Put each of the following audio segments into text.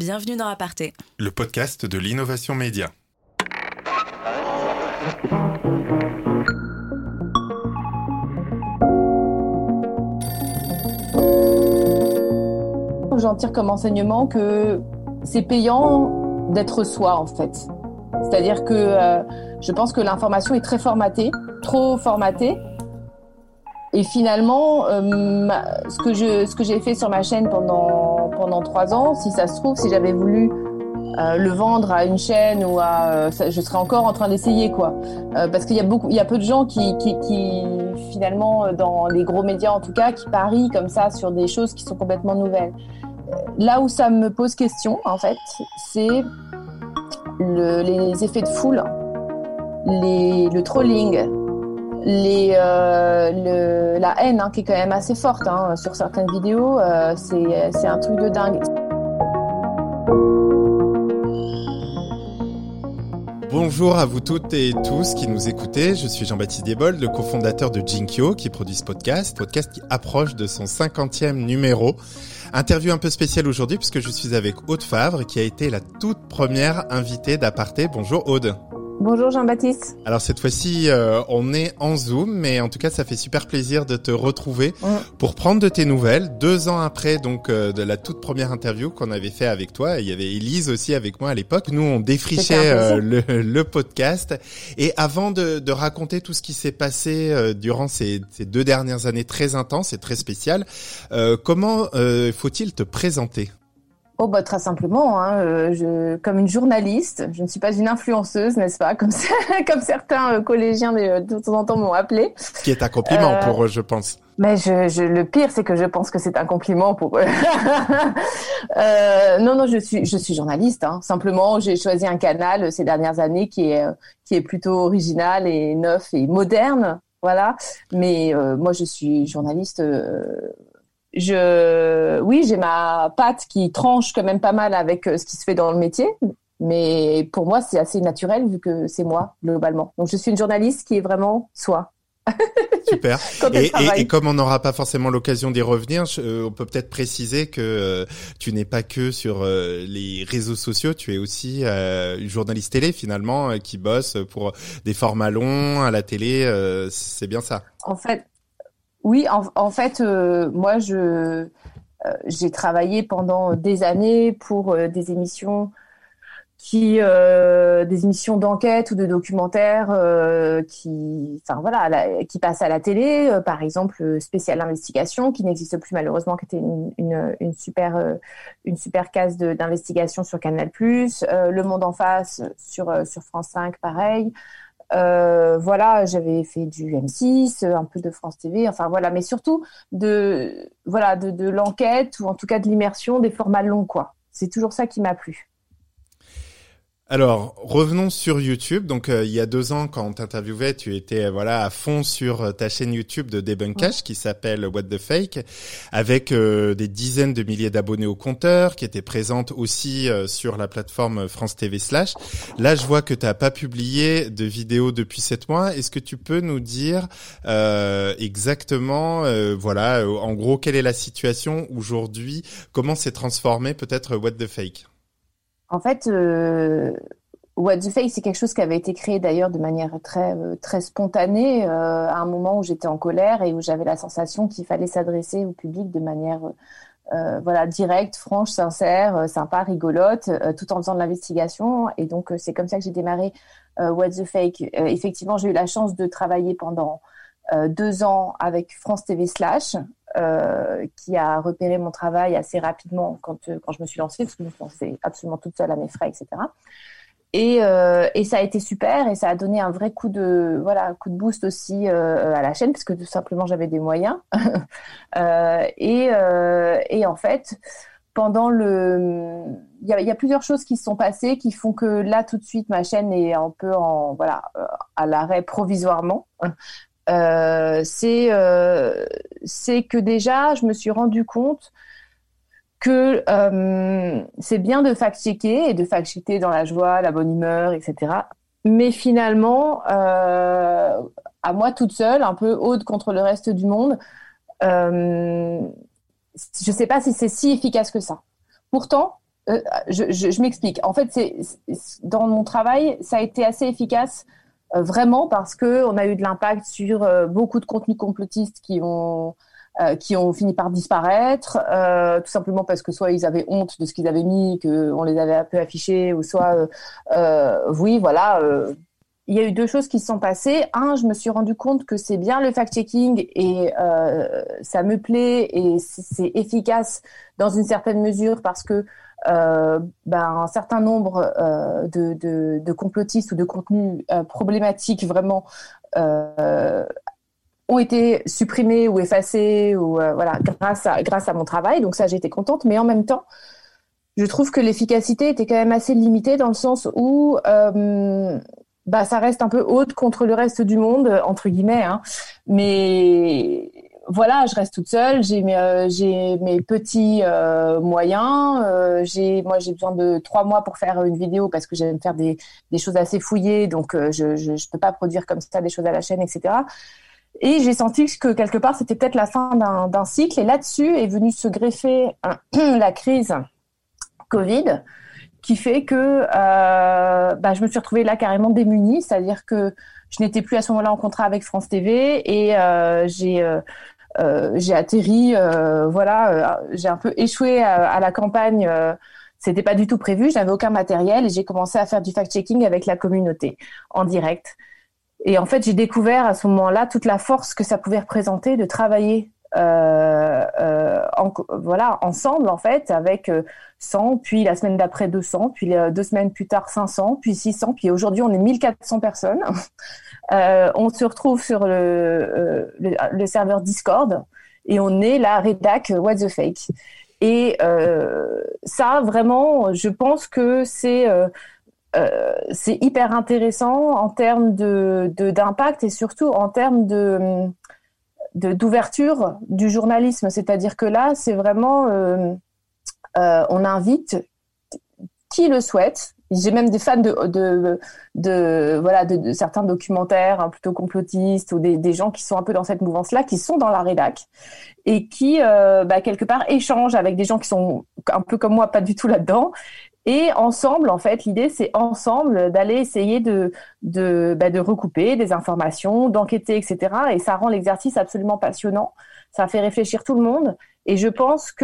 Bienvenue dans Aparté, le podcast de l'innovation média. J'en tire comme enseignement que c'est payant d'être soi, en fait. C'est-à-dire que je pense que l'information est très formatée, trop formatée. Et finalement, ce que j'ai fait sur ma chaîne pendant 3 ans, si ça se trouve, si j'avais voulu le vendre à une chaîne ou je serais encore en train d'essayer, quoi. Parce qu'il y a peu de gens qui finalement, dans les gros médias en tout cas, qui parient comme ça sur des choses qui sont complètement nouvelles. Là où ça me pose question, en fait, c'est les effets de foule, le trolling, la haine, qui est quand même assez forte sur certaines vidéos. C'est un truc de dingue. Bonjour à vous toutes et tous qui nous écoutez. Je suis Jean-Baptiste Diebold, le cofondateur de Jinkyo, qui produit ce podcast qui approche de son 50e numéro. Interview un peu spéciale aujourd'hui puisque je suis avec Aude Favre, qui a été la toute première invitée d'Aparté. Bonjour Aude. Bonjour Jean-Baptiste. Alors cette fois-ci, on est en Zoom, mais en tout cas, ça fait super plaisir de te retrouver pour prendre de tes nouvelles. 2 ans après donc de la toute première interview qu'on avait fait avec toi, il y avait Élise aussi avec moi à l'époque. Nous, on défrichait le podcast. Et avant de raconter tout ce qui s'est passé durant ces 2 dernières années très intenses et très spéciales, comment faut-il te présenter ? Très simplement, comme une journaliste. Je ne suis pas une influenceuse, n'est-ce pas, comme certains collégiens de temps en temps m'ont appelé. Ce qui est un compliment pour eux, je pense. Mais le pire, c'est que je pense que c'est un compliment pour eux. Non, je suis journaliste. Simplement, j'ai choisi un canal ces dernières années qui est plutôt original et neuf et moderne, voilà. Mais moi, je suis journaliste. Oui, j'ai ma patte qui tranche quand même pas mal avec ce qui se fait dans le métier, mais pour moi, c'est assez naturel vu que c'est moi, globalement. Donc, je suis une journaliste qui est vraiment soi. Super. Et comme on n'aura pas forcément l'occasion d'y revenir, on peut peut-être préciser que tu n'es pas que sur les réseaux sociaux, tu es aussi une journaliste télé finalement qui bosse pour des formats longs à la télé, c'est bien ça? En fait, oui, en fait, moi, j'ai travaillé pendant des années pour des émissions des émissions d'enquête ou de documentaires qui passent à la télé, par exemple Spécial Investigation, qui n'existe plus malheureusement, qui était une super case d'investigation sur Canal+, Le Monde en face sur France 5, pareil. J'avais fait du M6, un peu de France TV, mais surtout de l'enquête ou en tout cas de l'immersion, des formats longs, quoi. C'est toujours ça qui m'a plu. Alors, revenons sur YouTube. Donc, il y a 2 ans, quand on t'interviewait, tu étais à fond sur ta chaîne YouTube de débunkage qui s'appelle What the Fake, avec des dizaines de milliers d'abonnés au compteur, qui étaient présentes aussi sur la plateforme France TV /. Là, je vois que tu n'as pas publié de vidéo depuis 7 mois. Est-ce que tu peux nous dire exactement, en gros, quelle est la situation aujourd'hui? Comment s'est transformé peut-être What the Fake? En fait, What the Fake, c'est quelque chose qui avait été créé d'ailleurs de manière très très spontanée à un moment où j'étais en colère et où j'avais la sensation qu'il fallait s'adresser au public de manière directe, franche, sincère, sympa, rigolote, tout en faisant de l'investigation. Et donc c'est comme ça que j'ai démarré What the Fake. Effectivement, j'ai eu la chance de travailler pendant 2 ans avec France TV /, qui a repéré mon travail assez rapidement quand je me suis lancée, parce que je me suis lancée absolument toute seule à mes frais, etc. Et ça a été super, et ça a donné un vrai coup de boost aussi à la chaîne, parce que tout simplement j'avais des moyens. Et en fait, il y a plusieurs choses qui se sont passées qui font que là tout de suite ma chaîne est un peu à l'arrêt provisoirement. C'est que déjà je me suis rendu compte que c'est bien de fact-checker et de fact-checker dans la joie, la bonne humeur, etc. Mais finalement, à moi toute seule, un peu haute contre le reste du monde, je sais pas si c'est si efficace que ça. Pourtant, Je m'explique. En fait, dans mon travail, ça a été assez efficace, vraiment parce que on a eu de l'impact sur beaucoup de contenus complotistes qui ont fini par disparaître, tout simplement parce que soit ils avaient honte de ce qu'ils avaient mis, qu'on les avait un peu affichés, ou soit, oui, voilà. Il y a eu deux choses qui se sont passées. Un, je me suis rendu compte que c'est bien le fact-checking et ça me plaît et c'est efficace dans une certaine mesure parce que un certain nombre de complotistes ou de contenus problématiques vraiment ont été supprimés ou effacés ou voilà grâce à mon travail. Donc ça, j'ai été contente. Mais en même temps, je trouve que l'efficacité était quand même assez limitée dans le sens où ça reste un peu haute contre le reste du monde, entre guillemets, hein. Mais voilà, je reste toute seule, j'ai mes petits moyens, j'ai besoin de 3 mois pour faire une vidéo parce que j'aime faire des choses assez fouillées, donc je peux pas produire comme ça des choses à la chaîne, etc. Et j'ai senti que quelque part c'était peut-être la fin d'un cycle, et là-dessus est venue se greffer la crise Covid, qui fait que je me suis retrouvée là carrément démunie, c'est-à-dire que je n'étais plus à ce moment-là en contrat avec France TV et j'ai atterri, j'ai un peu échoué à la campagne. C'était pas du tout prévu, je n'avais aucun matériel et j'ai commencé à faire du fact-checking avec la communauté en direct. Et en fait, j'ai découvert à ce moment-là toute la force que ça pouvait représenter de travailler ensemble en fait, avec 100, puis la semaine d'après 200, puis 2 semaines plus tard 500, puis 600, puis aujourd'hui on est 1400 personnes. On se retrouve sur le serveur Discord et on est la rédac What the Fake. Et ça vraiment, je pense que c'est hyper intéressant en termes d'impact et surtout en termes d'ouverture du journalisme, c'est-à-dire que là, c'est vraiment, on invite qui le souhaite. J'ai même des fans de certains documentaires hein, plutôt complotistes ou des gens qui sont un peu dans cette mouvance-là, qui sont dans la rédac et qui quelque part échangent avec des gens qui sont un peu comme moi, pas du tout là-dedans. Et ensemble, en fait, l'idée, c'est ensemble d'aller essayer de recouper des informations, d'enquêter, etc. Et ça rend l'exercice absolument passionnant. Ça fait réfléchir tout le monde. Et je pense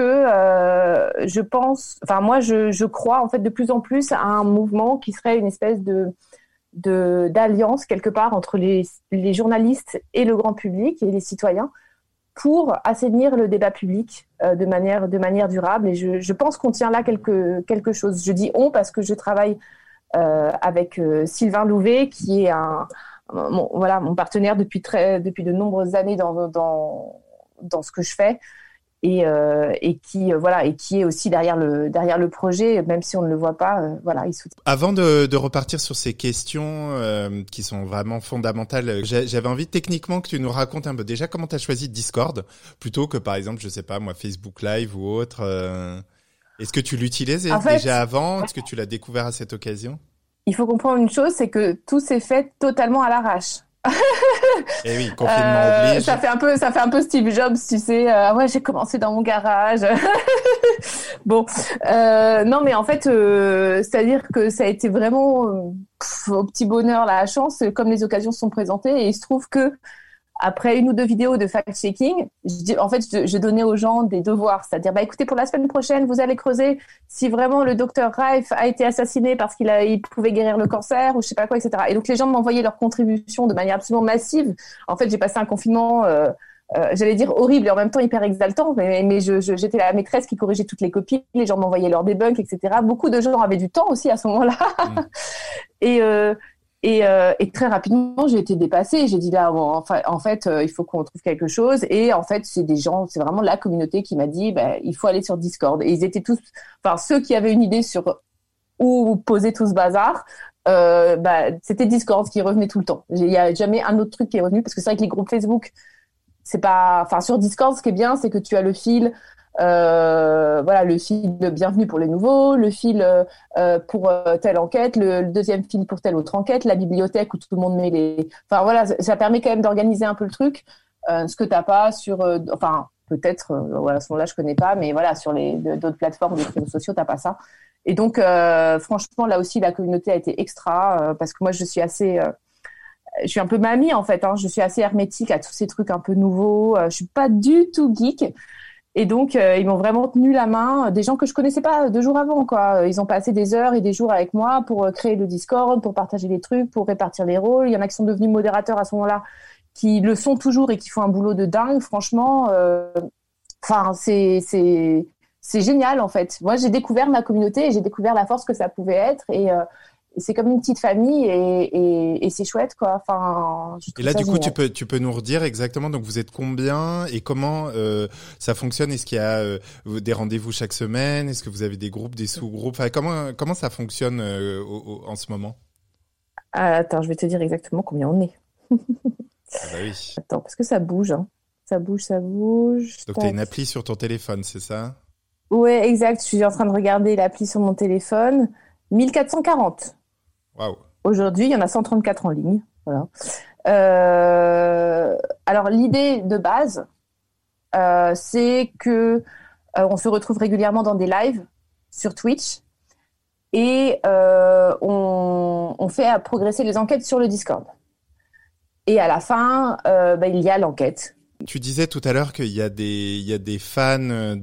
moi, je crois, en fait, de plus en plus à un mouvement qui serait une espèce d'alliance, quelque part, entre les journalistes et le grand public et les citoyens, pour assainir le débat public de manière durable. Et je pense qu'on tient là quelque chose. Je dis on parce que je travaille avec Sylvain Louvet, qui est mon partenaire depuis de nombreuses années dans ce que je fais, et qui est aussi derrière le projet, même si on ne le voit pas, il soutient. Avant de repartir sur ces questions qui sont vraiment fondamentales, j'avais envie techniquement que tu nous racontes un peu déjà comment tu as choisi Discord plutôt que par exemple, je sais pas moi, Facebook Live ou autre. Est-ce que tu l'utilisais déjà avant? Est-ce que tu l'as découvert à cette occasion? Il faut comprendre une chose, c'est que tout s'est fait totalement à l'arrache. Et oui, confinement oblige. Ça fait un peu Steve Jobs, tu sais. J'ai commencé dans mon garage. Bon, non, mais en fait, c'est-à-dire que ça a été vraiment au petit bonheur, la chance, comme les occasions se sont présentées. Et il se trouve que après 1 ou 2 vidéos de fact-checking, je donnais aux gens des devoirs, c'est-à-dire, écoutez, pour la semaine prochaine, vous allez creuser si vraiment le docteur Reif a été assassiné parce qu'il pouvait guérir le cancer ou je sais pas quoi, etc. Et donc, les gens m'envoyaient leurs contributions de manière absolument massive. En fait, j'ai passé un confinement, j'allais dire horrible et en même temps hyper exaltant, mais j'étais la maîtresse qui corrigeait toutes les copies, les gens m'envoyaient leurs debunks, etc. Beaucoup de gens avaient du temps aussi à ce moment-là. Et très rapidement, j'ai été dépassée. J'ai dit là, en fait, il faut qu'on trouve quelque chose. Et en fait, c'est vraiment la communauté qui m'a dit, il faut aller sur Discord. Et ils étaient tous, ceux qui avaient une idée sur où poser tout ce bazar, c'était Discord qui revenait tout le temps. Il y a jamais un autre truc qui est revenu parce que c'est vrai que les groupes Facebook, c'est pas, sur Discord, ce qui est bien, c'est que tu as le fil. Le fil de bienvenue pour les nouveaux, le fil pour telle enquête, le deuxième fil pour telle autre enquête, la bibliothèque où tout le monde met les... ça permet quand même d'organiser un peu le truc, ce que t'as pas sur... peut-être, à ce moment-là, je connais pas, mais voilà, sur d'autres plateformes, des réseaux sociaux, t'as pas ça. Et donc, franchement, là aussi, la communauté a été extra parce que moi, je suis un peu mamie en fait. Hein, je suis assez hermétique à tous ces trucs un peu nouveaux. Je suis pas du tout geek. Et donc, ils m'ont vraiment tenu la main. Des gens que je connaissais pas 2 jours avant, quoi. Ils ont passé des heures et des jours avec moi pour créer le Discord, pour partager les trucs, pour répartir les rôles. Il y en a qui sont devenus modérateurs à ce moment-là, qui le sont toujours et qui font un boulot de dingue. Franchement, enfin, c'est génial en fait. Moi, j'ai découvert ma communauté et j'ai découvert la force que ça pouvait être. Et c'est comme une petite famille et c'est chouette quoi. Enfin, et là du coup tu peux nous redire exactement donc vous êtes combien et comment ça fonctionne? Est-ce qu'il y a des rendez-vous chaque semaine? Est-ce que vous avez des groupes, des sous-groupes? Enfin, comment ça fonctionne en ce moment? Attends, je vais te dire exactement combien on est. Ah bah oui. Attends, parce que ça bouge hein. Ça bouge. Donc tu as une appli sur ton téléphone, c'est ça? Ouais, exact, je suis en train de regarder l'appli sur mon téléphone. 1440. Waouh. Aujourd'hui, il y en a 134 en ligne. Voilà. Alors, l'idée de base, c'est que on se retrouve régulièrement dans des lives sur Twitch et on fait progresser les enquêtes sur le Discord. Et à la fin, il y a l'enquête. Tu disais tout à l'heure qu'il y a des fans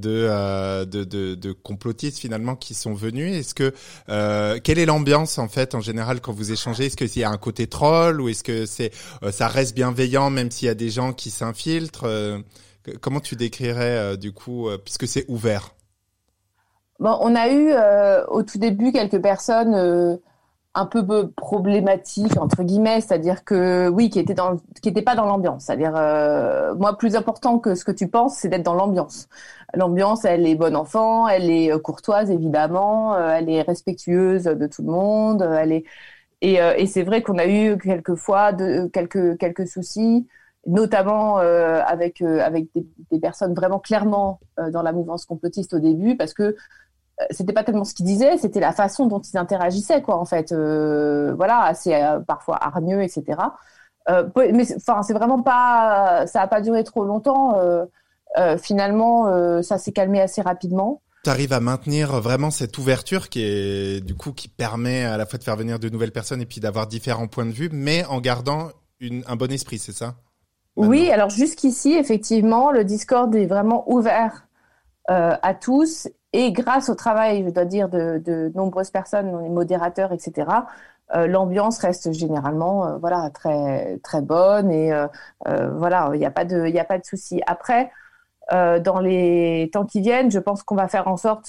de complotistes finalement qui sont venus. Est-ce que quelle est l'ambiance en fait en général quand vous échangez? Est-ce qu'il y a un côté troll ou est-ce que ça reste bienveillant même s'il y a des gens qui s'infiltrent? Comment tu décrirais du coup puisque c'est ouvert? Bon, on a eu au tout début quelques personnes un peu problématique entre guillemets, c'est-à-dire que oui, qui était pas dans l'ambiance. C'est-à-dire moi, plus important que ce que tu penses, c'est d'être dans l'ambiance. L'ambiance, elle est bonne enfant, elle est courtoise évidemment, elle est respectueuse de tout le monde, elle est et c'est vrai qu'on a eu quelquefois quelques soucis, notamment avec des personnes vraiment clairement dans la mouvance complotiste au début, parce que c'était pas tellement ce qu'ils disaient, c'était la façon dont ils interagissaient, quoi, en fait. Voilà, assez parfois hargneux, etc. Mais enfin, c'est vraiment pas, ça a pas duré trop longtemps. Finalement, ça s'est calmé assez rapidement. Tu arrives à maintenir vraiment cette ouverture qui permet à la fois de faire venir de nouvelles personnes et puis d'avoir différents points de vue, mais en gardant un bon esprit, c'est ça? Maintenant. Oui, alors jusqu'ici, effectivement, le Discord est vraiment ouvert à tous. Et grâce au travail, je dois dire, de nombreuses personnes, les modérateurs, etc., l'ambiance reste généralement, voilà, très très bonne et voilà, il n'y a pas de souci. Après, dans les temps qui viennent, je pense qu'on va faire en sorte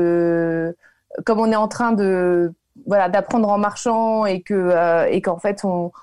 comme on est en train d'apprendre en marchant et qu'en fait on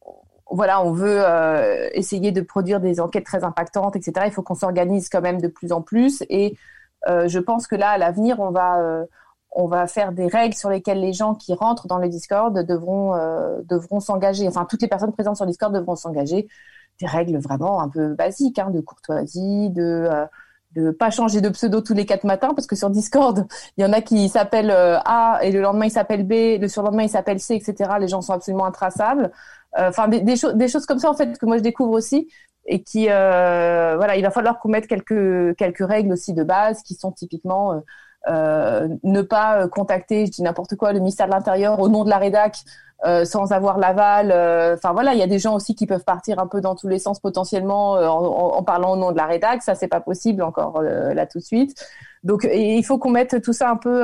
veut essayer de produire des enquêtes très impactantes, etc. Il faut qu'on s'organise quand même de plus en plus et je pense que là, à l'avenir, on va faire des règles sur lesquelles les gens qui rentrent dans le Discord devront s'engager. Enfin, toutes les personnes présentes sur le Discord devront s'engager. Des règles vraiment un peu basiques, hein, de courtoisie, de pas changer de pseudo tous les 4 matins, parce que sur Discord, il y en a qui s'appellent A et le lendemain ils s'appellent B, le surlendemain ils s'appellent C, etc. Les gens sont absolument intraçables. Enfin, des choses comme ça en fait que moi je découvre aussi. Et qui voilà, il va falloir qu'on mette quelques règles aussi de base qui sont typiquement ne pas contacter, je dis n'importe quoi, le ministère de l'Intérieur au nom de la rédac sans avoir l'aval. Enfin voilà, il y a des gens aussi qui peuvent partir un peu dans tous les sens potentiellement en parlant au nom de la rédac. Ça c'est pas possible encore là tout de suite. Donc il faut qu'on mette tout ça un peu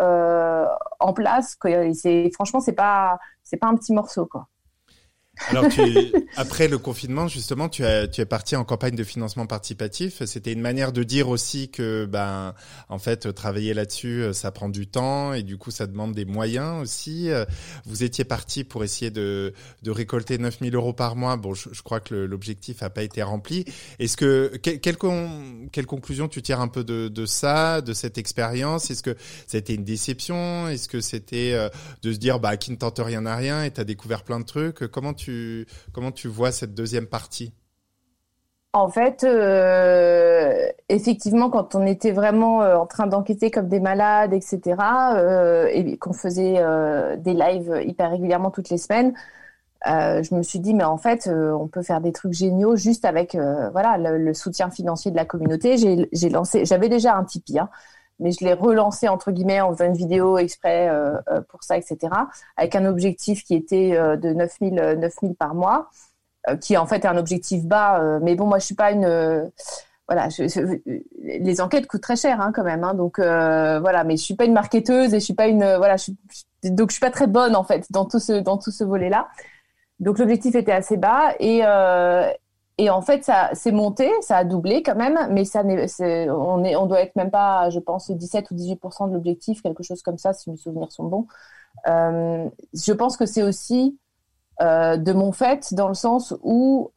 en place. Franchement c'est pas un petit morceau quoi. Alors après le confinement justement tu es parti en campagne de financement participatif. C'était une manière de dire aussi que en fait travailler là-dessus ça prend du temps et du coup ça demande des moyens aussi. Vous étiez parti pour essayer de récolter 9 000 € par mois. Bon je crois que l'objectif a pas été rempli. Est-ce que quelle conclusion tu tires un peu de ça, de cette expérience? Est-ce que ça a été une déception? Est-ce que c'était de se dire qui ne tente rien n'a rien et t'as découvert plein de trucs? Comment tu vois cette deuxième partie? En fait, effectivement, quand on était vraiment en train d'enquêter comme des malades, etc., et qu'on faisait des lives hyper régulièrement toutes les semaines, je me suis dit, mais en fait, on peut faire des trucs géniaux juste avec le soutien financier de la communauté. J'avais déjà un Tipeee, hein, mais je l'ai relancé entre guillemets en faisant une vidéo exprès pour ça, etc. Avec un objectif qui était de 9000 par mois, qui en fait est un objectif bas. Mais bon, moi je suis pas une voilà, les enquêtes coûtent très cher quand même, donc voilà. Mais je suis pas une marketeuse et je suis pas une voilà, donc je suis pas très bonne en fait dans tout ce volet-là. Donc l'objectif était assez bas et en fait ça s'est monté, ça a doublé quand même, mais on doit être même pas, je pense 17 ou 18% de l'objectif, quelque chose comme ça si mes souvenirs sont bons. Je pense que c'est aussi de mon fait dans le sens où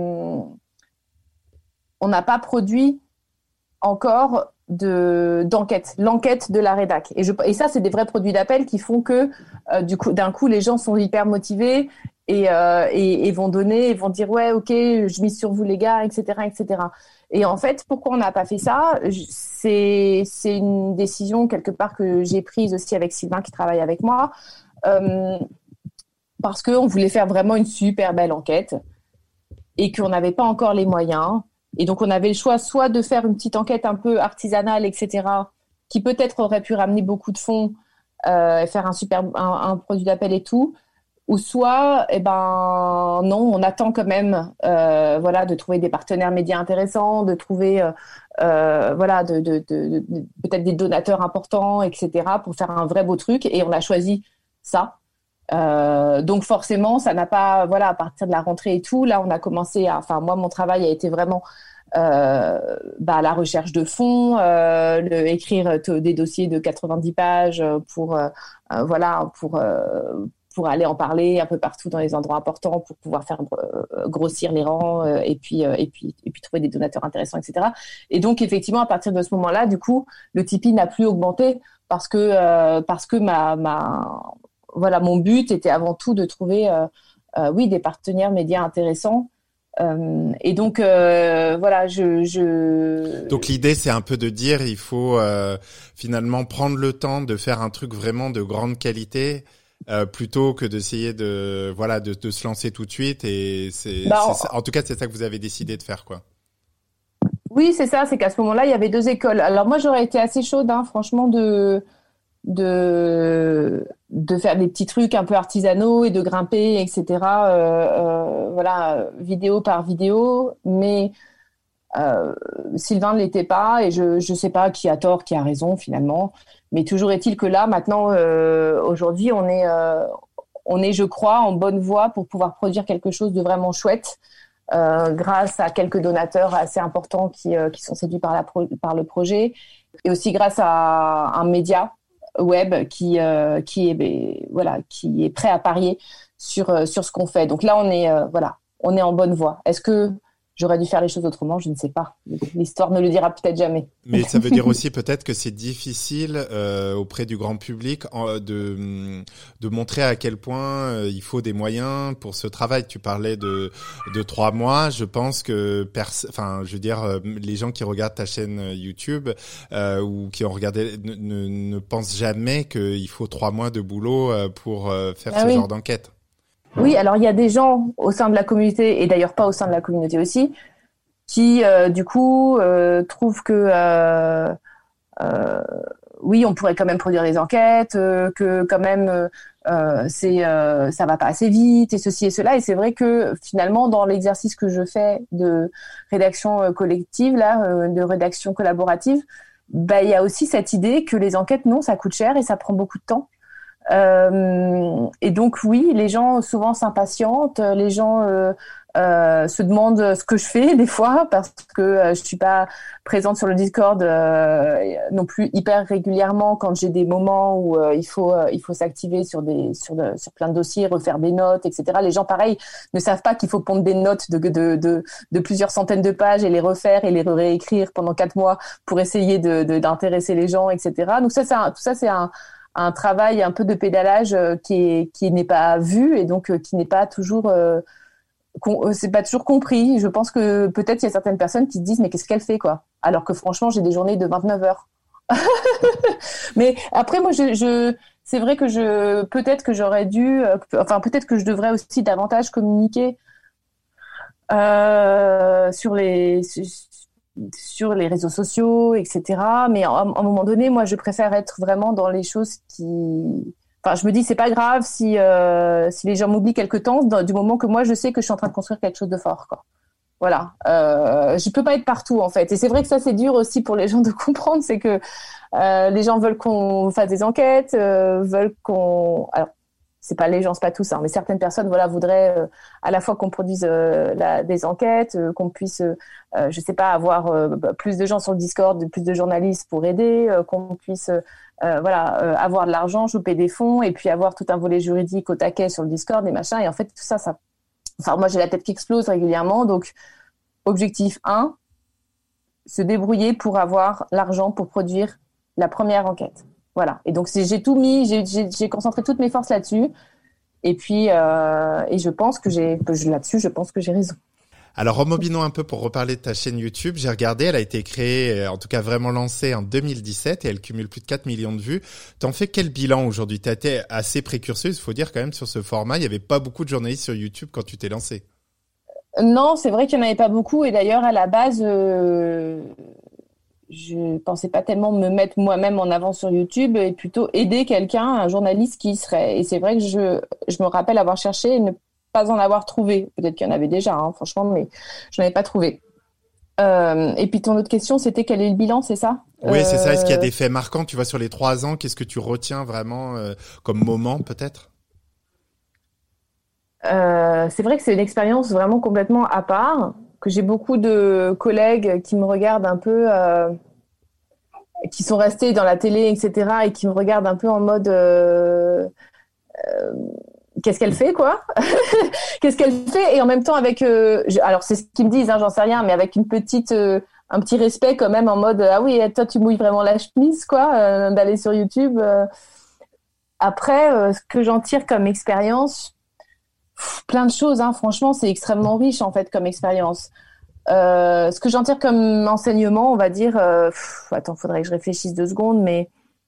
on n'a pas produit encore d'enquête, l'enquête de la rédac. Et ça, c'est des vrais produits d'appel qui font que d'un coup, les gens sont hyper motivés et vont donner, et vont dire ouais, ok, je mise sur vous les gars, etc., etc. Et en fait, pourquoi on n'a pas fait ça ? C'est une décision quelque part que j'ai prise aussi avec Sylvain qui travaille avec moi, parce qu'on voulait faire vraiment une super belle enquête et qu'on n'avait pas encore les moyens. Et donc, on avait le choix soit de faire une petite enquête un peu artisanale, etc., qui peut-être aurait pu ramener beaucoup de fonds, et faire un produit d'appel et tout, ou soit, non, on attend quand même, voilà, de trouver des partenaires médias intéressants, de trouver, voilà, peut-être des donateurs importants, etc., pour faire un vrai beau truc. Et on a choisi ça. Donc forcément, ça n'a pas, voilà, à partir de la rentrée et tout, là, on a commencé moi, mon travail a été vraiment la recherche de fonds, écrire des dossiers de 90 pages pour aller en parler un peu partout dans les endroits importants pour pouvoir faire grossir les rangs et puis trouver des donateurs intéressants, etc. Et donc effectivement, à partir de ce moment-là, du coup, le Tipeee n'a plus augmenté parce que voilà, mon but était avant tout de trouver des partenaires médias intéressants. Et donc voilà, Donc l'idée c'est un peu de dire il faut finalement prendre le temps de faire un truc vraiment de grande qualité plutôt que d'essayer de se lancer tout de suite, et en tout cas c'est ça que vous avez décidé de faire, quoi. Oui, c'est ça, c'est qu'à ce moment-là, il y avait deux écoles. Alors moi j'aurais été assez chaude franchement de faire des petits trucs un peu artisanaux et de grimper, etc. Voilà, vidéo par vidéo, mais Sylvain ne l'était pas, et je sais pas qui a tort, qui a raison finalement, mais toujours est-il que là maintenant, aujourd'hui, on est, je crois, en bonne voie pour pouvoir produire quelque chose de vraiment chouette, grâce à quelques donateurs assez importants qui sont séduits par le projet, et aussi grâce à un média web qui est prêt à parier sur ce qu'on fait. Donc là, on est en bonne voie. Est-ce que j'aurais dû faire les choses autrement ? Je ne sais pas. L'histoire ne le dira peut-être jamais. Mais ça veut dire aussi peut-être que c'est difficile auprès du grand public de montrer à quel point il faut des moyens pour ce travail. Tu parlais de 3 mois. Je pense que les gens qui regardent ta chaîne YouTube ou qui ont regardé ne pensent jamais qu'il faut 3 mois de boulot pour faire ce genre d'enquête. Oui, alors il y a des gens au sein de la communauté, et d'ailleurs pas au sein de la communauté aussi, qui du coup trouvent que oui, on pourrait quand même produire des enquêtes, que quand même ça va pas assez vite, et ceci et cela. Et c'est vrai que finalement, dans l'exercice que je fais de rédaction collective, de rédaction collaborative, il y a aussi cette idée que les enquêtes, non, ça coûte cher et ça prend beaucoup de temps. Et donc oui, les gens souvent s'impatientent, les gens se demandent ce que je fais des fois, parce que je suis pas présente sur le Discord non plus hyper régulièrement quand j'ai des moments où il faut s'activer sur plein de dossiers, refaire des notes, etc. Les gens pareil ne savent pas qu'il faut pondre des notes de plusieurs centaines de pages et les refaire et les réécrire pendant 4 mois pour essayer d'intéresser les gens, etc. Donc tout ça c'est un travail un peu de pédalage qui n'est pas vu, et donc qui n'est pas toujours c'est pas toujours compris. Je pense que peut-être il y a certaines personnes qui se disent mais qu'est-ce qu'elle fait, quoi, alors que franchement j'ai des journées de 29 heures. Mais après moi c'est vrai que peut-être que j'aurais dû peut-être que je devrais aussi davantage communiquer sur sur les réseaux sociaux, etc. Mais à un moment donné, moi, je préfère être vraiment dans les choses qui... Enfin, je me dis, c'est pas grave si les gens m'oublient quelque temps, du moment que moi, je sais que je suis en train de construire quelque chose de fort, quoi. Voilà. Je peux pas être partout, en fait. Et c'est vrai que ça, c'est dur aussi pour les gens de comprendre, c'est que les gens veulent qu'on fasse des enquêtes, veulent qu'on... Alors, c'est pas les gens, c'est pas tous, hein, mais certaines personnes, voilà, voudraient à la fois qu'on produise des enquêtes, qu'on puisse, je sais pas, avoir plus de gens sur le Discord, plus de journalistes pour aider, qu'on puisse, voilà, avoir de l'argent, choper des fonds, et puis avoir tout un volet juridique au taquet sur le Discord et machin. Et en fait, tout ça, enfin, moi, j'ai la tête qui explose régulièrement. Donc, objectif 1, se débrouiller pour avoir l'argent pour produire la première enquête. Voilà. Et donc, j'ai tout mis, j'ai concentré toutes mes forces là-dessus. Et puis, et je pense que là-dessus, je pense que j'ai raison. Alors, rebobinons un peu pour reparler de ta chaîne YouTube. J'ai regardé, elle a été créée, en tout cas vraiment lancée en 2017 et elle cumule plus de 4 millions de vues. T'en fais quel bilan aujourd'hui? T'as été assez précurseuse, il faut dire quand même, sur ce format. Il y avait pas beaucoup de journalistes sur YouTube quand tu t'es lancée. Non, c'est vrai qu'il n'y en avait pas beaucoup. Et d'ailleurs, à la base, je pensais pas tellement me mettre moi-même en avant sur YouTube et plutôt aider quelqu'un, un journaliste qui y serait. Et c'est vrai que je me rappelle avoir cherché et ne pas en avoir trouvé. Peut-être qu'il y en avait déjà, hein, franchement, mais je n'en avais pas trouvé. Et puis ton autre question, c'était quel est le bilan, c'est ça? Oui, c'est ça. Est-ce qu'il y a des faits marquants, tu vois, sur les 3 ans? Qu'est-ce que tu retiens vraiment comme moment, peut-être? C'est vrai que c'est une expérience vraiment complètement à part, que j'ai beaucoup de collègues qui me regardent un peu, qui sont restés dans la télé, etc., et qui me regardent un peu en mode qu'est-ce qu'elle fait, quoi? Qu'est-ce qu'elle fait? Et en même temps, avec, alors c'est ce qu'ils me disent, hein, j'en sais rien, mais avec un petit respect quand même, en mode ah oui, toi tu mouilles vraiment la chemise, quoi, d'aller sur YouTube. Après, ce que j'en tire comme expérience, plein de choses, hein. Franchement, c'est extrêmement riche en fait comme expérience. Ce que j'en tire comme enseignement, on va dire, attends, faudrait que je réfléchisse 2 secondes, mais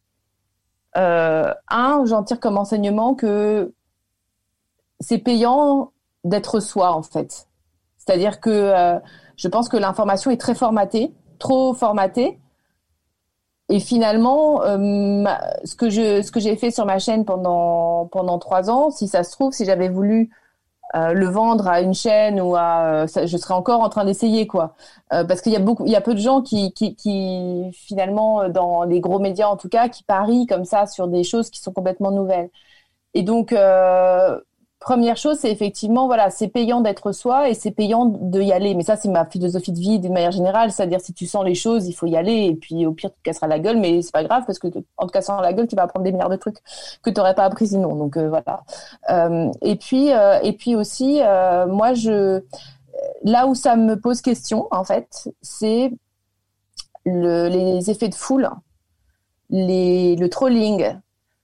j'en tire comme enseignement que c'est payant d'être soi en fait. C'est-à-dire que je pense que l'information est très formatée, trop formatée. Et finalement, ce que j'ai fait sur ma chaîne pendant 3 ans, si ça se trouve, si j'avais voulu le vendre à une chaîne ou je serais encore en train d'essayer, quoi. Parce qu'il y a peu de gens qui finalement, dans les gros médias en tout cas, qui parient comme ça sur des choses qui sont complètement nouvelles. Et donc, première chose, c'est effectivement, voilà, c'est payant d'être soi et c'est payant de y aller. Mais ça, c'est ma philosophie de vie d'une manière générale. C'est-à-dire, si tu sens les choses, il faut y aller. Et puis, au pire, tu te casseras la gueule, mais c'est pas grave parce que en te cassant la gueule, tu vas apprendre des milliards de trucs que tu n'aurais pas appris sinon. Donc, voilà. Et puis aussi, moi, là où ça me pose question, en fait, c'est les effets de foule, le trolling,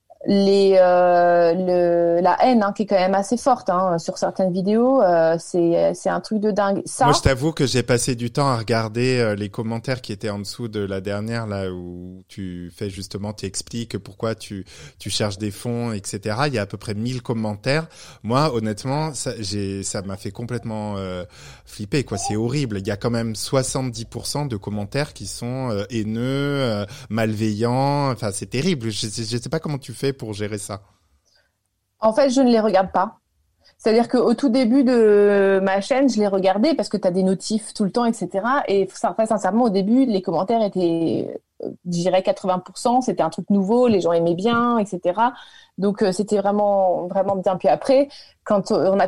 la haine, hein, qui est quand même assez forte, hein, sur certaines vidéos, c'est un truc de dingue. Ça, moi, je t'avoue que j'ai passé du temps à regarder les commentaires qui étaient en dessous de la dernière, là où tu expliques pourquoi tu cherches des fonds, etc. Il y a à peu près 1000 commentaires. Moi, honnêtement, ça m'a fait complètement flipper, quoi. C'est horrible. Il y a quand même 70% de commentaires qui sont haineux, malveillants. Enfin, c'est terrible. Je sais pas comment tu fais pour gérer ça. En fait, je ne les regarde pas. C'est-à-dire qu'au tout début de ma chaîne, je les regardais parce que tu as des notifs tout le temps, etc. Et très sincèrement, au début, les commentaires étaient, je dirais 80%. C'était un truc nouveau, les gens aimaient bien, etc. Donc, c'était vraiment, vraiment bien. Puis après, quand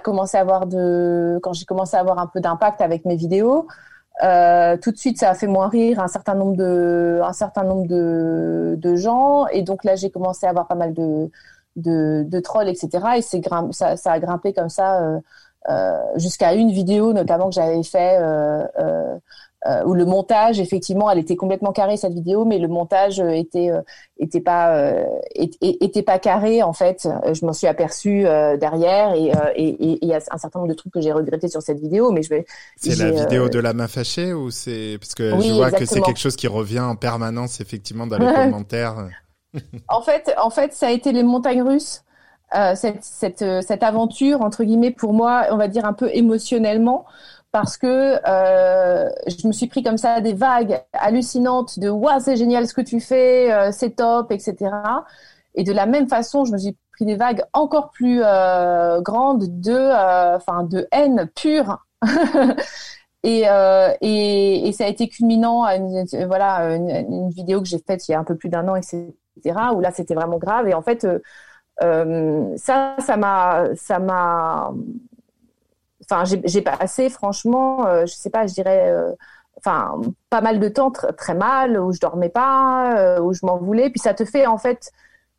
j'ai commencé à avoir un peu d'impact avec mes vidéos, tout de suite, ça a fait moins rire un certain nombre de gens. Et donc là, j'ai commencé à avoir pas mal de trolls, etc. Et ça a grimpé comme ça jusqu'à une vidéo notamment que j'avais fait où le montage, effectivement, elle était complètement carrée, cette vidéo, mais le montage était pas carré, en fait. Je m'en suis aperçue derrière et il y a un certain nombre de trucs que j'ai regretté sur cette vidéo, mais c'est la vidéo de la main fâchée ou c'est parce que oui, je vois exactement. Que c'est quelque chose qui revient en permanence, effectivement, dans les commentaires. En fait, ça a été les montagnes russes. Cette aventure, entre guillemets, pour moi, on va dire un peu émotionnellement, parce que je me suis pris comme ça des vagues hallucinantes de waouh, c'est génial ce que tu fais, c'est top, etc. Et de la même façon, je me suis pris des vagues encore plus grandes de haine pure. Et ça a été culminant à une vidéo que j'ai faite il y a un peu plus d'un an, etc. Où là c'était vraiment grave. Et en fait, ça m'a. Enfin, j'ai passé franchement, je sais pas, je dirais, pas mal de temps très mal, où je dormais pas, où je m'en voulais. Puis ça te fait en fait.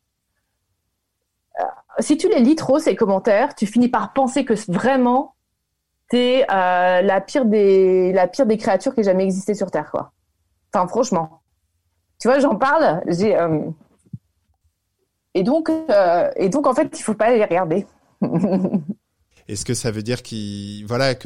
Si tu les lis trop ces commentaires, tu finis par penser que vraiment t'es la pire des créatures qui ait jamais existé sur Terre, quoi. Enfin, franchement, tu vois, j'en parle, et donc en fait, il faut pas les regarder. Est-ce que ça veut dire qu'il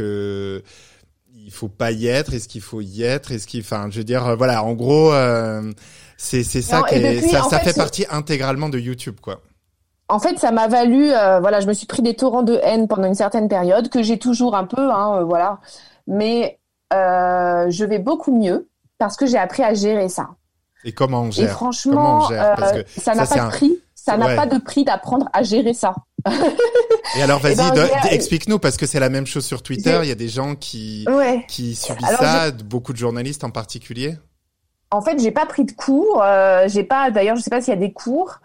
faut pas y être? Est-ce qu'il faut y être? Enfin, je veux dire, voilà, en gros, c'est ça ça fait partie intégralement de YouTube, quoi. En fait, ça m'a valu, je me suis pris des torrents de haine pendant une certaine période que j'ai toujours un peu, voilà. Mais je vais beaucoup mieux parce que j'ai appris à gérer ça. Et comment on gère? Et franchement, parce que ça n'a pas de prix. Ça n'a pas de prix d'apprendre à gérer ça. Et alors, vas-y, explique-nous, parce que c'est la même chose sur Twitter. Il y a des gens qui subissent ça, beaucoup de journalistes en particulier. En fait, j'ai pas pris de cours. D'ailleurs, je sais pas s'il y a des cours.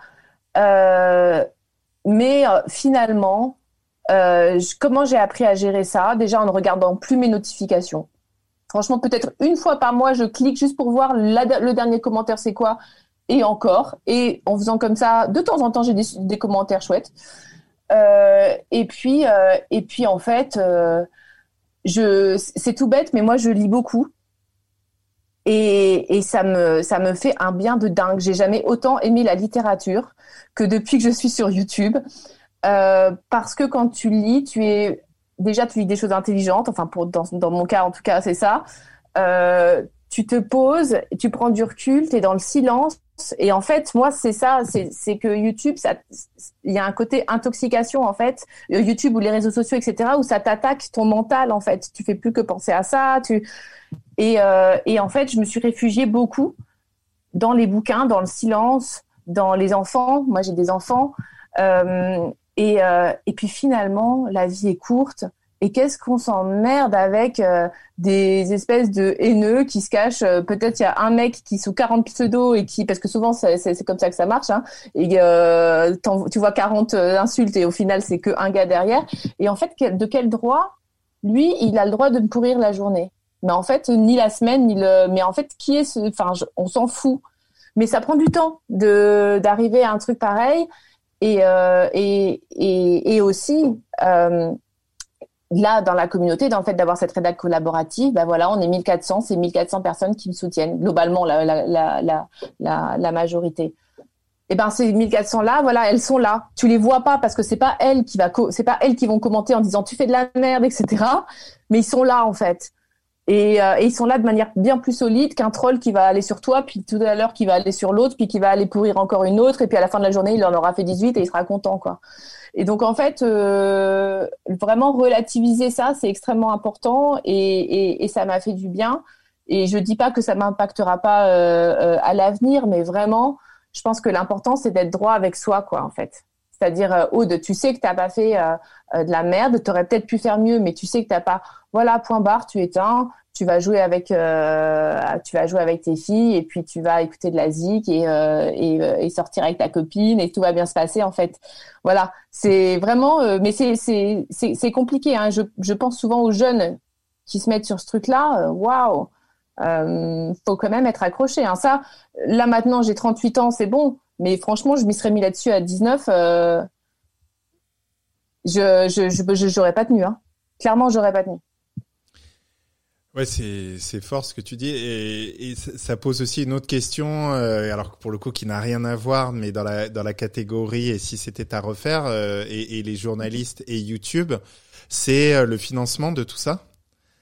Mais finalement, comment j'ai appris à gérer ça? Déjà en ne regardant plus mes notifications. Franchement, peut-être une fois par mois, je clique juste pour voir le dernier commentaire, c'est quoi, et encore. Et en faisant comme ça, de temps en temps, j'ai des commentaires chouettes. Et puis en fait, c'est tout bête, mais moi, je lis beaucoup. Et ça me fait un bien de dingue. J'ai jamais autant aimé la littérature que depuis que je suis sur YouTube, parce que quand tu lis, tu lis des choses intelligentes. Enfin, dans mon cas en tout cas, c'est ça. Tu te poses, tu prends du recul, t'es dans le silence. Et en fait, moi, c'est ça, c'est que YouTube, il y a un côté intoxication, en fait. YouTube ou les réseaux sociaux, etc., où ça t'attaque ton mental, en fait. Tu fais plus que penser à ça, et en fait, je me suis réfugiée beaucoup dans les bouquins, dans le silence, dans les enfants. Moi, j'ai des enfants. Et puis finalement, la vie est courte. Et qu'est-ce qu'on s'emmerde avec des espèces de haineux qui se cachent. Peut-être il y a un mec qui sous 40 pseudos et parce que souvent c'est comme ça que ça marche. Hein, et tu vois 40 insultes et au final c'est que un gars derrière. Et en fait, de quel droit lui, il a le droit de me pourrir la journée? Mais en fait, ni la semaine, mais en fait, on s'en fout. Mais ça prend du temps d'arriver à un truc pareil. Et aussi, là, dans la communauté, dans le fait d'avoir cette rédac collaborative, on est 1400, c'est 1400 personnes qui me soutiennent, globalement, la majorité. Et ces 1400 là, elles sont là. Tu les vois pas parce que c'est pas elles qui vont commenter en disant tu fais de la merde, etc. Mais ils sont là, en fait. Et ils sont là de manière bien plus solide qu'un troll qui va aller sur toi, puis tout à l'heure qui va aller sur l'autre, puis qui va aller pourrir encore une autre, et puis à la fin de la journée, il en aura fait 18 et il sera content, quoi. Et donc, en fait, vraiment relativiser ça, c'est extrêmement important et ça m'a fait du bien. Et je dis pas que ça m'impactera pas à l'avenir, mais vraiment, je pense que l'important, c'est d'être droit avec soi, quoi, en fait. C'est-à-dire, Aude, tu sais que t'as pas fait de la merde, t'aurais peut-être pu faire mieux, mais tu sais que t'as pas. Voilà, point barre, tu éteins, tu vas jouer avec tes filles, et puis tu vas écouter de la zik et sortir avec ta copine, et tout va bien se passer, en fait. Voilà, c'est vraiment. Mais c'est compliqué. Hein. Je pense souvent aux jeunes qui se mettent sur ce truc-là. Waouh, faut quand même être accroché. Hein. Ça, là maintenant, j'ai 38 ans, c'est bon. Mais franchement, je m'y serais mis là-dessus à 19. J'aurais pas tenu. Hein. Clairement, j'aurais pas tenu. Ouais, c'est fort ce que tu dis et ça pose aussi une autre question. Alors pour le coup, qui n'a rien à voir, mais dans la catégorie et si c'était à refaire et les journalistes et YouTube, c'est le financement de tout ça.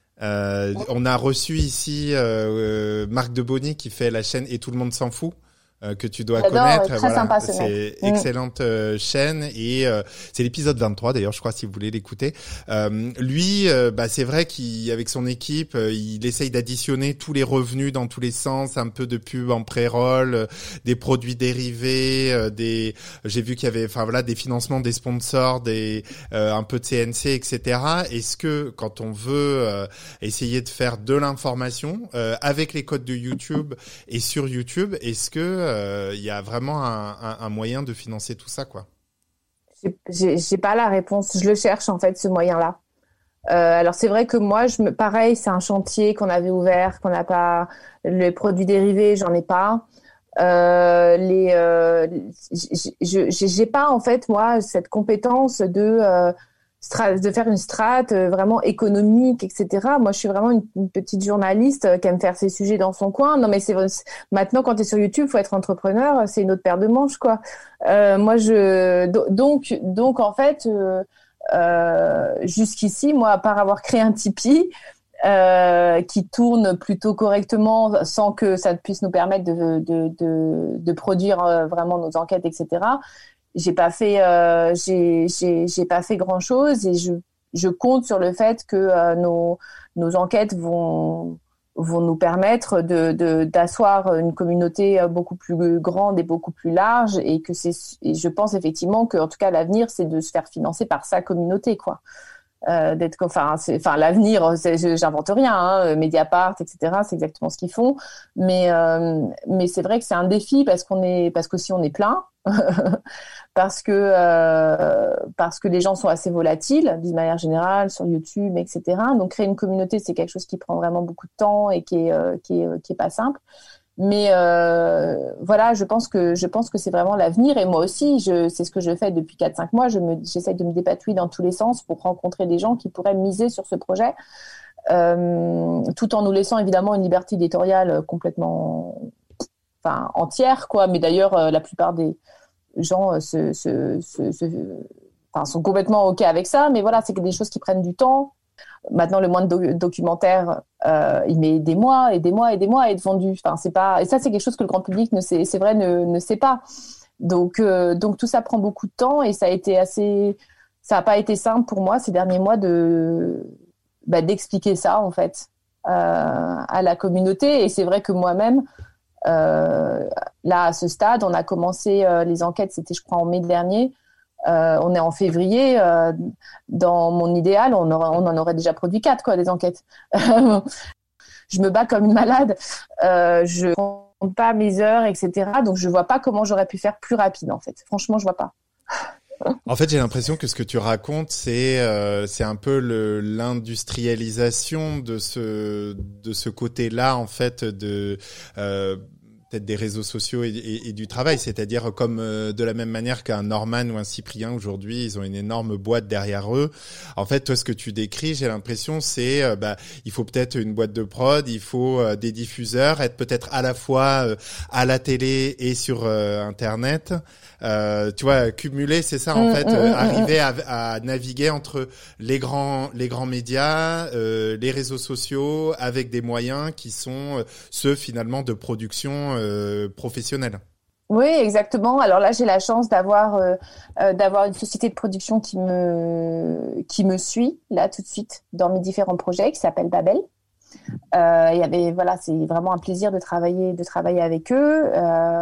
On a reçu ici Marc Debonny qui fait la chaîne Et tout le monde s'en fout. que tu dois J'adore, connaître. très Voilà, sympa ce c'est mec. excellente chaîne et c'est l'épisode 23 d'ailleurs, je crois, si vous voulez l'écouter. Lui, c'est vrai qu'avec son équipe, il essaye d'additionner tous les revenus dans tous les sens, un peu de pub en pré-roll, des produits dérivés, j'ai vu qu'il y avait, des financements des sponsors, un peu de CNC, etc. Est-ce que quand on veut essayer de faire de l'information avec les codes de YouTube et sur YouTube, est-ce que il y a vraiment un moyen de financer tout ça, quoi? J'ai pas la réponse. Je le cherche en fait, ce moyen-là. Alors c'est vrai que moi, pareil, c'est un chantier qu'on avait ouvert, qu'on n'a pas. Les produits dérivés, j'en ai pas. J'ai pas en fait moi cette compétence de faire une strate vraiment économique, etc. Moi, je suis vraiment une petite journaliste qui aime faire ses sujets dans son coin. Non, mais maintenant, quand tu es sur YouTube, faut être entrepreneur, c'est une autre paire de manches, quoi. Donc, en fait, jusqu'ici, moi, à part avoir créé un Tipeee, qui tourne plutôt correctement sans que ça puisse nous permettre de produire vraiment nos enquêtes, etc. J'ai pas fait grand chose et je compte sur le fait que nos enquêtes vont nous permettre d'asseoir une communauté beaucoup plus grande et beaucoup plus large et je pense effectivement que en tout cas l'avenir c'est de se faire financer par sa communauté, quoi. L'avenir, j'invente rien, hein, Mediapart, etc. C'est exactement ce qu'ils font, mais c'est vrai que c'est un défi parce que si on est plein, parce que les gens sont assez volatiles d'une manière générale sur YouTube, etc. Donc créer une communauté, c'est quelque chose qui prend vraiment beaucoup de temps et qui est pas simple. Mais voilà, je pense que c'est vraiment l'avenir. Et moi aussi, c'est ce que je fais depuis 4-5 mois. J'essaye de me dépatouiller dans tous les sens pour rencontrer des gens qui pourraient miser sur ce projet, tout en nous laissant évidemment une liberté éditoriale complètement, entière, quoi. Mais d'ailleurs, la plupart des gens sont complètement OK avec ça. Mais voilà, c'est des choses qui prennent du temps. Maintenant, le moindre documentaire, il met des mois et des mois et des mois à être vendu. C'est pas, et ça, c'est quelque chose que le grand public ne sait pas. Donc tout ça prend beaucoup de temps et ça a pas été simple pour moi ces derniers mois d'expliquer ça, en fait, à la communauté. Et c'est vrai que moi-même, là, à ce stade, on a commencé les enquêtes, c'était, je crois, en mai dernier. On est en février. Dans mon idéal, on en aurait déjà produit 4, quoi, des enquêtes. Je me bats comme une malade. Je compte pas mes heures, etc. Donc, je vois pas comment j'aurais pu faire plus rapide, en fait. Franchement, je vois pas. En fait, j'ai l'impression que ce que tu racontes, c'est un peu l'industrialisation de ce côté-là, en fait, peut-être des réseaux sociaux et du travail, c'est-à-dire comme de la même manière qu'un Norman ou un Cyprien aujourd'hui, ils ont une énorme boîte derrière eux. En fait, toi, ce que tu décris, j'ai l'impression, c'est il faut peut-être une boîte de prod, il faut des diffuseurs, être peut-être à la fois à la télé et sur Internet. Tu vois, cumuler, c'est ça en fait, arriver à naviguer entre les grands médias, les réseaux sociaux, avec des moyens qui sont ceux finalement de production professionnelle. Oui, exactement. Alors là, j'ai la chance d'avoir une société de production qui me suit là tout de suite dans mes différents projets, qui s'appelle Babel. C'est vraiment un plaisir de travailler avec eux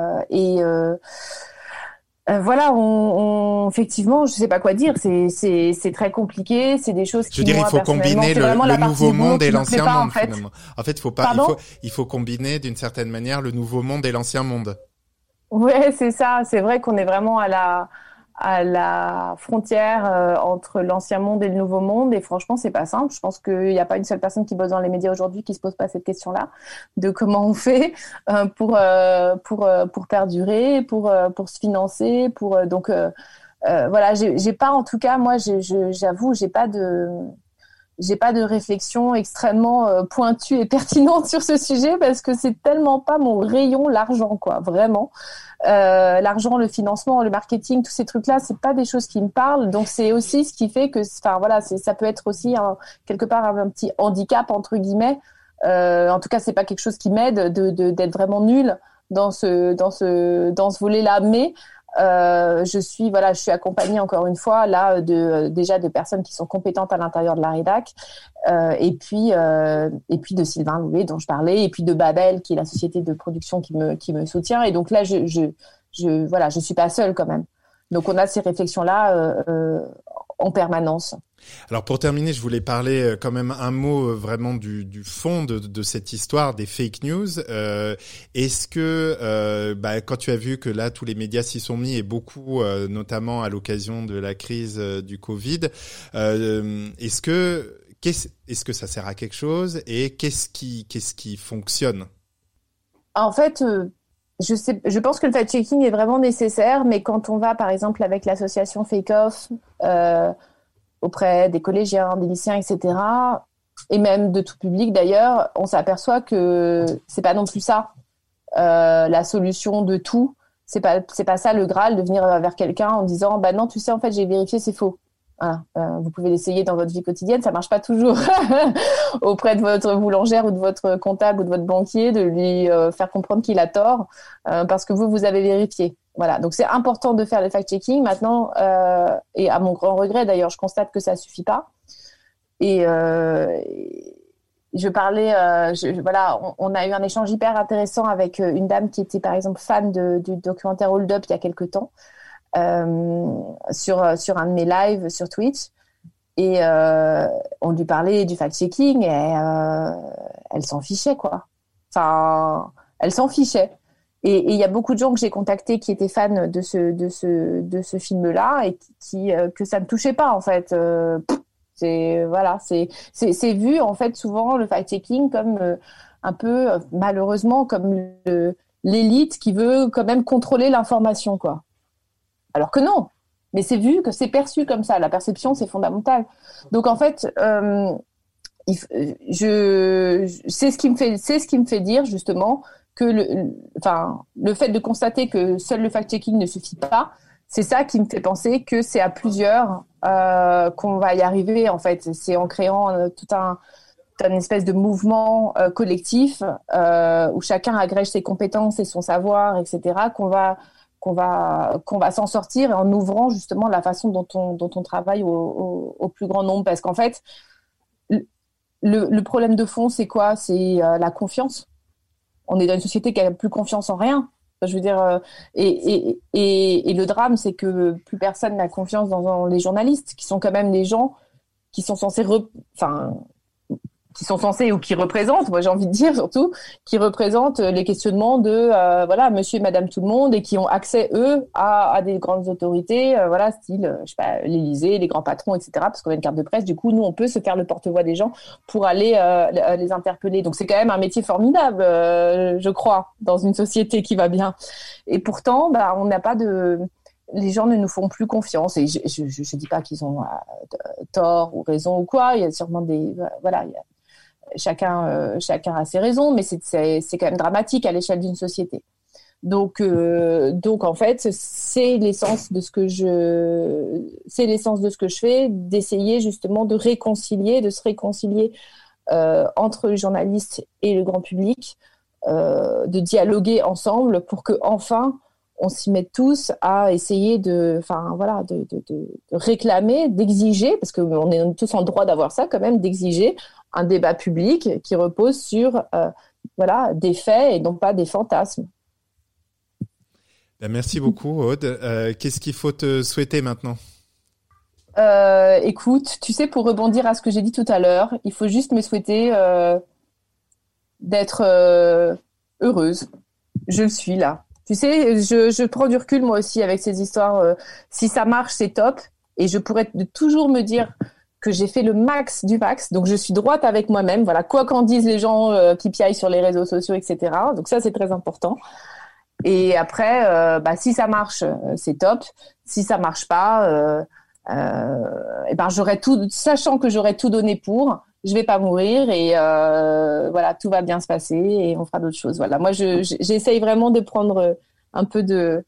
voilà, effectivement, je sais pas quoi dire. C'est très compliqué. C'est des choses qui. Je veux dire, il faut combiner le nouveau monde et l'ancien monde, finalement. En fait, il faut combiner d'une certaine manière le nouveau monde et l'ancien monde. Ouais, c'est ça. C'est vrai qu'on est vraiment à la frontière entre l'ancien monde et le nouveau monde. Et franchement, c'est pas simple. Je pense qu'il n'y a pas une seule personne qui bosse dans les médias aujourd'hui qui se pose pas cette question-là de comment on fait pour perdurer, pour se financer, voilà. J'ai pas, en tout cas, moi, j'avoue, j'ai pas de réflexion extrêmement pointue et pertinente sur ce sujet parce que c'est tellement pas mon rayon, l'argent, quoi, vraiment. L'argent, le financement, le marketing, tous ces trucs-là, c'est pas des choses qui me parlent. Donc c'est aussi ce qui fait que, voilà, ça peut être aussi quelque part un petit handicap entre guillemets. En tout cas, c'est pas quelque chose qui m'aide d'être vraiment nulle dans ce volet-là, mais je suis accompagnée encore une fois là déjà de personnes qui sont compétentes à l'intérieur de la rédac, et puis de Sylvain Louvet dont je parlais, et puis de Babel qui est la société de production qui me soutient. Et donc là je suis pas seule quand même. Donc on a ces réflexions là en permanence. Alors pour terminer, je voulais parler quand même un mot vraiment du fond de cette histoire des fake news. Est-ce que quand tu as vu que là tous les médias s'y sont mis, et beaucoup notamment à l'occasion de la crise du Covid, est-ce que ça sert à quelque chose, et qu'est-ce qui fonctionne? En fait, je pense que le fact-checking est vraiment nécessaire, mais quand on va par exemple avec l'association Fake Off auprès des collégiens, des lycéens, etc., et même de tout public d'ailleurs, on s'aperçoit que c'est pas non plus ça la solution de tout. C'est pas ça le Graal, de venir vers quelqu'un en disant bah non, tu sais, en fait j'ai vérifié, c'est faux. Voilà. Vous pouvez l'essayer dans votre vie quotidienne, ça marche pas toujours. Auprès de votre boulangère ou de votre comptable ou de votre banquier, de lui faire comprendre qu'il a tort parce que vous avez vérifié. Voilà, donc c'est important de faire le fact-checking maintenant, et à mon grand regret d'ailleurs, je constate que ça suffit pas. Et je parlais, on a eu un échange hyper intéressant avec une dame qui était par exemple fan du documentaire Hold Up il y a quelque temps, sur un de mes lives sur Twitch, et on lui parlait du fact-checking, et elle s'en fichait quoi. Enfin, elle s'en fichait. Et il y a beaucoup de gens que j'ai contactés qui étaient fans de ce film-là, et que ça ne touchait pas en fait. C'est vu en fait souvent le fact-checking comme un peu malheureusement comme l'élite qui veut quand même contrôler l'information quoi. Alors que non, mais c'est vu, que c'est perçu comme ça. La perception, c'est fondamental. Donc en fait, c'est ce qui me fait dire justement que le fait de constater que seul le fact-checking ne suffit pas, c'est ça qui me fait penser que c'est à plusieurs qu'on va y arriver. En fait, c'est en créant tout un espèce de mouvement collectif où chacun agrège ses compétences et son savoir, etc., qu'on va s'en sortir, et en ouvrant justement la façon dont on travaille au plus grand nombre. Parce qu'en fait, le problème de fond, c'est quoi? C'est la confiance. On est dans une société qui a plus confiance en rien. Je veux dire, et le drame, c'est que plus personne n'a confiance dans les journalistes, qui sont quand même des gens qui sont censés qui sont censés, ou qui représentent, moi j'ai envie de dire surtout, qui représentent les questionnements de monsieur et madame tout le monde, et qui ont accès eux à des grandes autorités, style je sais pas, l'Élysée, les grands patrons, etc., parce qu'on a une carte de presse. Du coup nous on peut se faire le porte-voix des gens pour aller les interpeller. Donc c'est quand même un métier formidable, je crois, dans une société qui va bien. Et pourtant on n'a pas les gens ne nous font plus confiance, et je dis pas qu'ils ont tort ou raison ou quoi. Il y a sûrement chacun a ses raisons, mais c'est quand même dramatique à l'échelle d'une société. Donc en fait, c'est l'essence de ce que je fais, d'essayer justement de se réconcilier entre les journalistes et le grand public, de dialoguer ensemble pour que enfin on s'y mette tous à essayer de réclamer, d'exiger, parce qu'on est tous en droit d'avoir ça quand même, d'exiger un débat public qui repose sur des faits et non pas des fantasmes. Merci beaucoup, Aude. Qu'est-ce qu'il faut te souhaiter maintenant? Écoute, tu sais, pour rebondir à ce que j'ai dit tout à l'heure, il faut juste me souhaiter d'être heureuse. Je le suis là. Tu sais, je prends du recul moi aussi avec ces histoires. Si ça marche, c'est top. Et je pourrais toujours me dire que j'ai fait le max du max. Donc, je suis droite avec moi-même. Voilà, quoi qu'en disent les gens qui piaillent sur les réseaux sociaux, etc. Donc, ça, c'est très important. Et après, si ça marche, c'est top. Si ça marche pas, j'aurais tout, sachant que j'aurais tout donné pour, je vais pas mourir, et tout va bien se passer, et on fera d'autres choses. Voilà, moi, j'essaye vraiment de prendre un peu de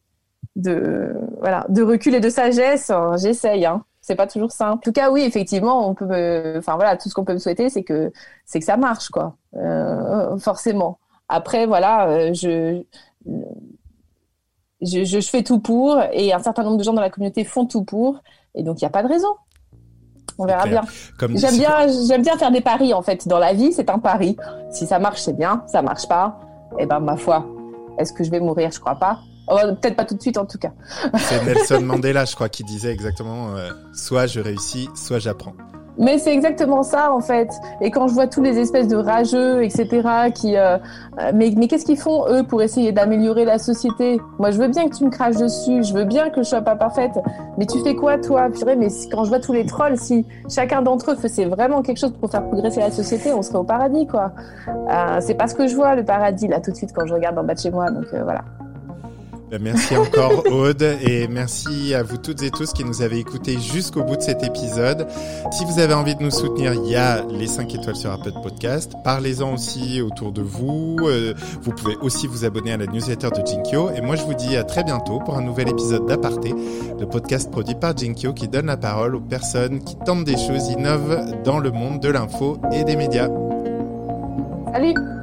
recul et de sagesse. J'essaye, hein. C'est pas toujours simple. En tout cas, oui, effectivement, on peut tout ce qu'on peut me souhaiter, c'est que ça marche, quoi. Forcément. Après, je fais tout pour, et un certain nombre de gens dans la communauté font tout pour, et donc il n'y a pas de raison. On verra bien. J'aime bien faire des paris, en fait. Dans la vie, c'est un pari. Si ça marche, c'est bien. Ça marche pas, eh ben, ma foi, est-ce que je vais mourir? Je crois pas. Oh, peut-être pas tout de suite, en tout cas. C'est Nelson Mandela, je crois, qui disait exactement soit je réussis, soit j'apprends. Mais c'est exactement ça, en fait. Et quand je vois tous les espèces de rageux, etc., mais qu'est-ce qu'ils font, eux, pour essayer d'améliorer la société? Moi, je veux bien que tu me craches dessus, je veux bien que je sois pas parfaite, mais tu fais quoi, toi? Purée, mais quand je vois tous les trolls, si chacun d'entre eux faisait vraiment quelque chose pour faire progresser la société, on serait au paradis, quoi. C'est pas ce que je vois, le paradis, là, tout de suite, quand je regarde en bas de chez moi, donc voilà. Merci encore Aude, et merci à vous toutes et tous qui nous avez écoutés jusqu'au bout de cet épisode. Si vous avez envie de nous soutenir, il y a les 5 étoiles sur Apple Podcast. Parlez-en aussi autour de vous. Vous pouvez aussi vous abonner à la newsletter de Jinkyo. Et moi, je vous dis à très bientôt pour un nouvel épisode d'Aparté, le podcast produit par Jinkyo qui donne la parole aux personnes qui tentent des choses, innovent dans le monde de l'info et des médias. Salut!